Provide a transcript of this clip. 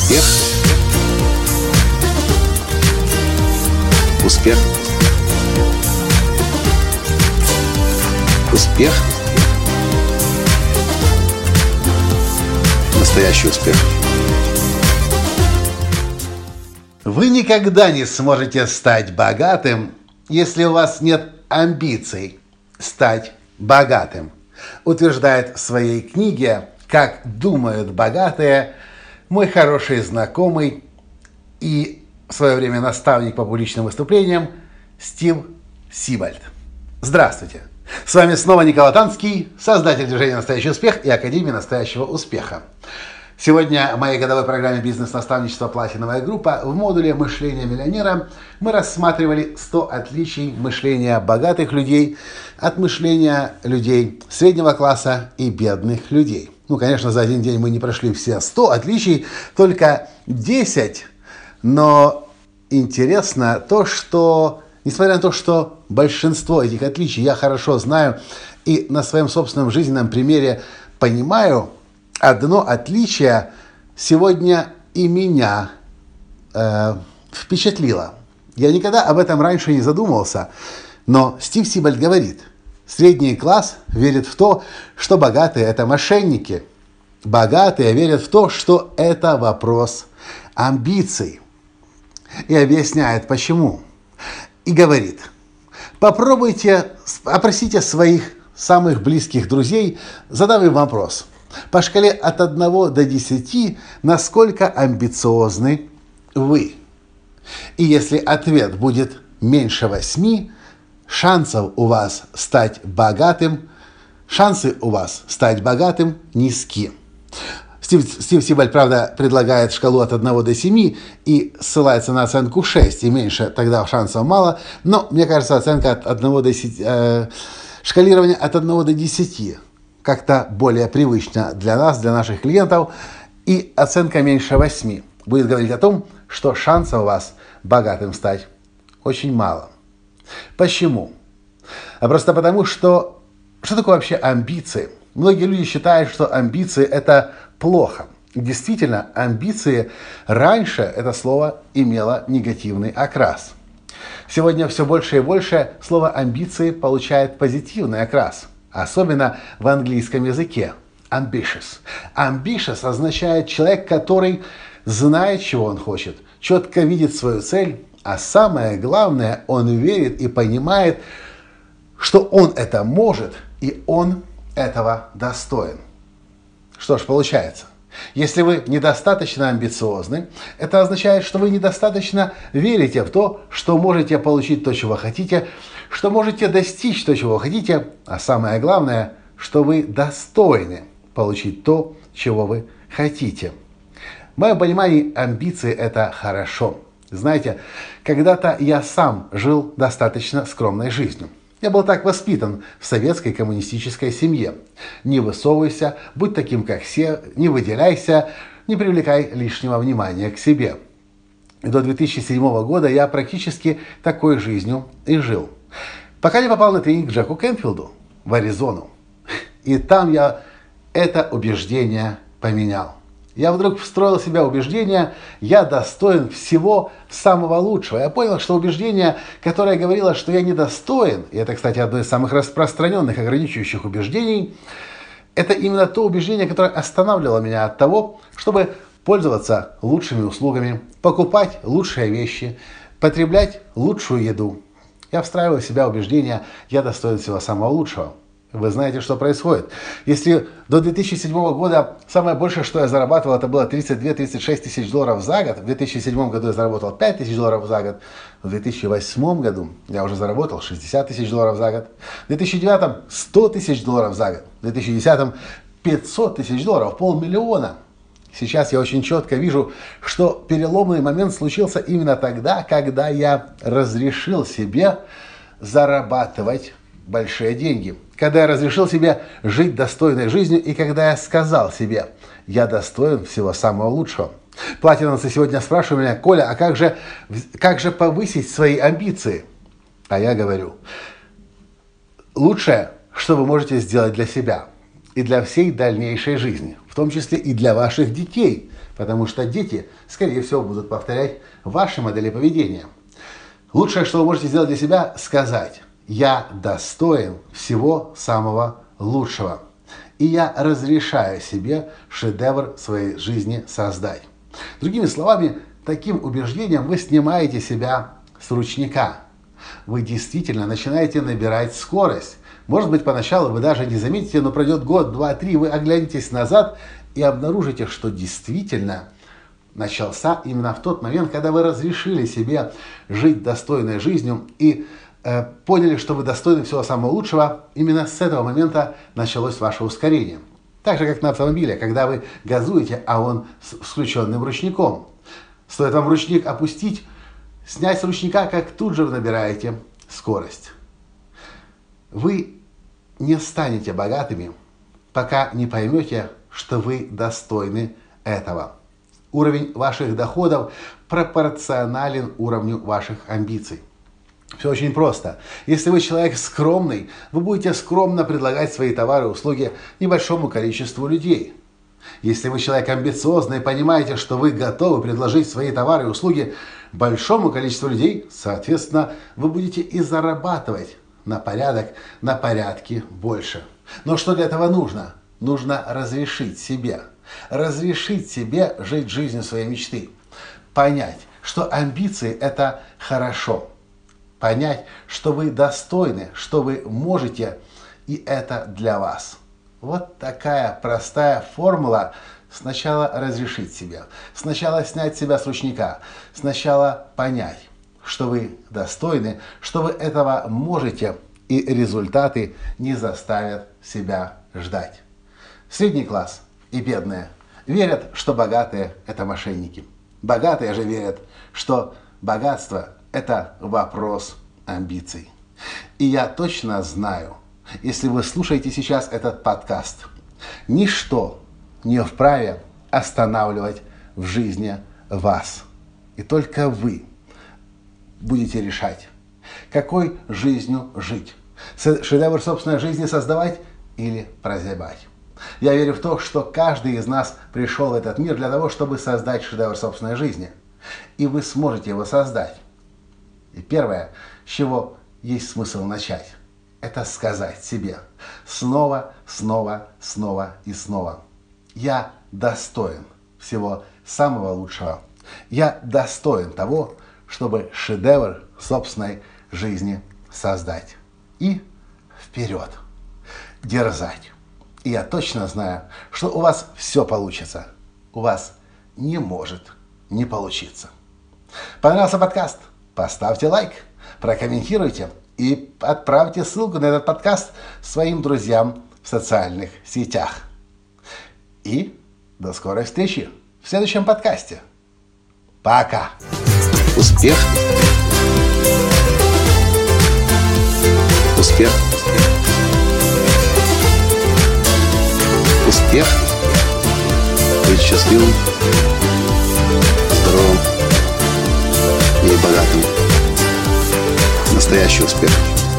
Успех. Успех. Успех. Настоящий успех. Вы никогда не сможете стать богатым, если у вас нет амбиций стать богатым, утверждает в своей книге «Как думают богатые» мой хороший знакомый и в свое время наставник по публичным выступлениям Стив Сибальд. Здравствуйте! С вами снова Николай Танский, создатель движения «Настоящий успех» и Академии настоящего успеха. Сегодня в моей годовой программе «Бизнес-наставничество. Платиновая группа» в модуле «Мышление миллионера» мы рассматривали 100 отличий мышления богатых людей от мышления людей среднего класса и бедных людей. Конечно, за один день мы не прошли все 100 отличий, только 10. Но интересно то, что, несмотря на то, что большинство этих отличий я хорошо знаю и на своем собственном жизненном примере понимаю, одно отличие сегодня и меня впечатлило. Я никогда об этом раньше не задумывался, но Стив Сибальд говорит: средний класс верит в то, что богатые – это мошенники. Богатые верят в то, что это вопрос амбиций. И объясняет, почему. И говорит: опросите своих самых близких друзей, задав им вопрос. По шкале от 1 до 10, насколько амбициозны вы? И если ответ будет меньше 8, шансы у вас стать богатым низки. Стив Сибальд, правда, предлагает шкалу от 1 до 7 и ссылается на оценку 6, и меньше тогда шансов мало. Но, мне кажется, оценка от 1 до 10, шкалирование от 1 до 10 как-то более привычно для нас, для наших клиентов. И оценка меньше 8 будет говорить о том, что шансов у вас богатым стать очень мало. Почему? Просто потому, что такое вообще амбиции? Многие люди считают, что амбиции – это плохо. Действительно, амбиции раньше это слово имело негативный окрас. Сегодня все больше и больше слово амбиции получает позитивный окрас. Особенно в английском языке. Ambitious. Ambitious означает человек, который знает, чего он хочет, четко видит свою цель, а самое главное, он верит и понимает, что он это может и он этого достоин. Что ж, получается, если вы недостаточно амбициозны, это означает, что вы недостаточно верите в то, что можете получить то, чего хотите, что можете достичь то, чего хотите, а самое главное, что вы достойны получить то, чего вы хотите. В моем понимании, амбиции – это хорошо. Знаете, когда-то я сам жил достаточно скромной жизнью. Я был так воспитан в советской коммунистической семье. Не высовывайся, будь таким, как все, не выделяйся, не привлекай лишнего внимания к себе. И до 2007 года я практически такой жизнью и жил. Пока не попал на тренинг к Джеку Кенфилду в Аризону. И там я это убеждение поменял. Я вдруг встроил в себя убеждение: я достоин всего самого лучшего. Я понял, что убеждение, которое говорило, что я недостоин, и это, кстати, одно из самых распространенных ограничивающих убеждений, это именно то убеждение, которое останавливало меня от того, чтобы пользоваться лучшими услугами, покупать лучшие вещи, потреблять лучшую еду. Я встраивал в себя убеждение: я достоин всего самого лучшего. Вы знаете, что происходит. Если до 2007 года самое большее, что я зарабатывал, это было 32-36 тысяч долларов за год. В 2007 году я заработал 5 тысяч долларов за год. В 2008 году я уже заработал 60 тысяч долларов за год. В 2009 100 тысяч долларов за год. В 2010 500 тысяч долларов, 500 000. Сейчас я очень четко вижу, что переломный момент случился именно тогда, когда я разрешил себе зарабатывать большие деньги. Когда я разрешил себе жить достойной жизнью и когда я сказал себе: я достоин всего самого лучшего. Платиновцы сегодня спрашивают меня: Коля, а как же повысить свои амбиции? А я говорю: лучшее, что вы можете сделать для себя и для всей дальнейшей жизни, в том числе и для ваших детей, потому что дети, скорее всего, будут повторять ваши модели поведения. Лучшее, что вы можете сделать для себя, сказать: «Я достоин всего самого лучшего, и я разрешаю себе шедевр своей жизни создать». Другими словами, таким убеждением вы снимаете себя с ручника. Вы действительно начинаете набирать скорость. Может быть, поначалу вы даже не заметите, но пройдет год, два, три, вы оглянетесь назад и обнаружите, что действительно начался именно в тот момент, когда вы разрешили себе жить достойной жизнью и поняли, что вы достойны всего самого лучшего. Именно с этого момента началось ваше ускорение. Так же, как на автомобиле, когда вы газуете, а он с включенным ручником. Стоит вам ручник опустить, снять с ручника, как тут же вы набираете скорость. Вы не станете богатыми, пока не поймете, что вы достойны этого. Уровень ваших доходов пропорционален уровню ваших амбиций. Все очень просто. Если вы человек скромный, вы будете скромно предлагать свои товары и услуги небольшому количеству людей. Если вы человек амбициозный и понимаете, что вы готовы предложить свои товары и услуги большому количеству людей, соответственно, вы будете и зарабатывать на порядке больше. Но что для этого нужно? Нужно разрешить себе жить жизнью своей мечты. Понять, что амбиции – это хорошо. Понять, что вы достойны, что вы можете, и это для вас. Вот такая простая формула. Сначала разрешить себе, сначала снять себя с ручника, сначала понять, что вы достойны, что вы этого можете, и результаты не заставят себя ждать. Средний класс и бедные верят, что богатые – это мошенники. Богатые же верят, что богатство – это вопрос амбиций. И я точно знаю, если вы слушаете сейчас этот подкаст, ничто не вправе останавливать в жизни вас. И только вы будете решать, какой жизнью жить. Шедевр собственной жизни создавать или прозябать. Я верю в то, что каждый из нас пришел в этот мир для того, чтобы создать шедевр собственной жизни. И вы сможете его создать. И первое, с чего есть смысл начать, это сказать себе снова и снова: я достоин всего самого лучшего. Я достоин того, чтобы шедевр собственной жизни создать. И вперед. Дерзать. И я точно знаю, что у вас все получится. У вас не может не получиться. Понравился подкаст? Поставьте лайк, прокомментируйте и отправьте ссылку на этот подкаст своим друзьям в социальных сетях. И до скорой встречи в следующем подкасте. Пока! Успех. Успех. Успех. Быть счастливым, здоровым и богатым. Настоящий успех.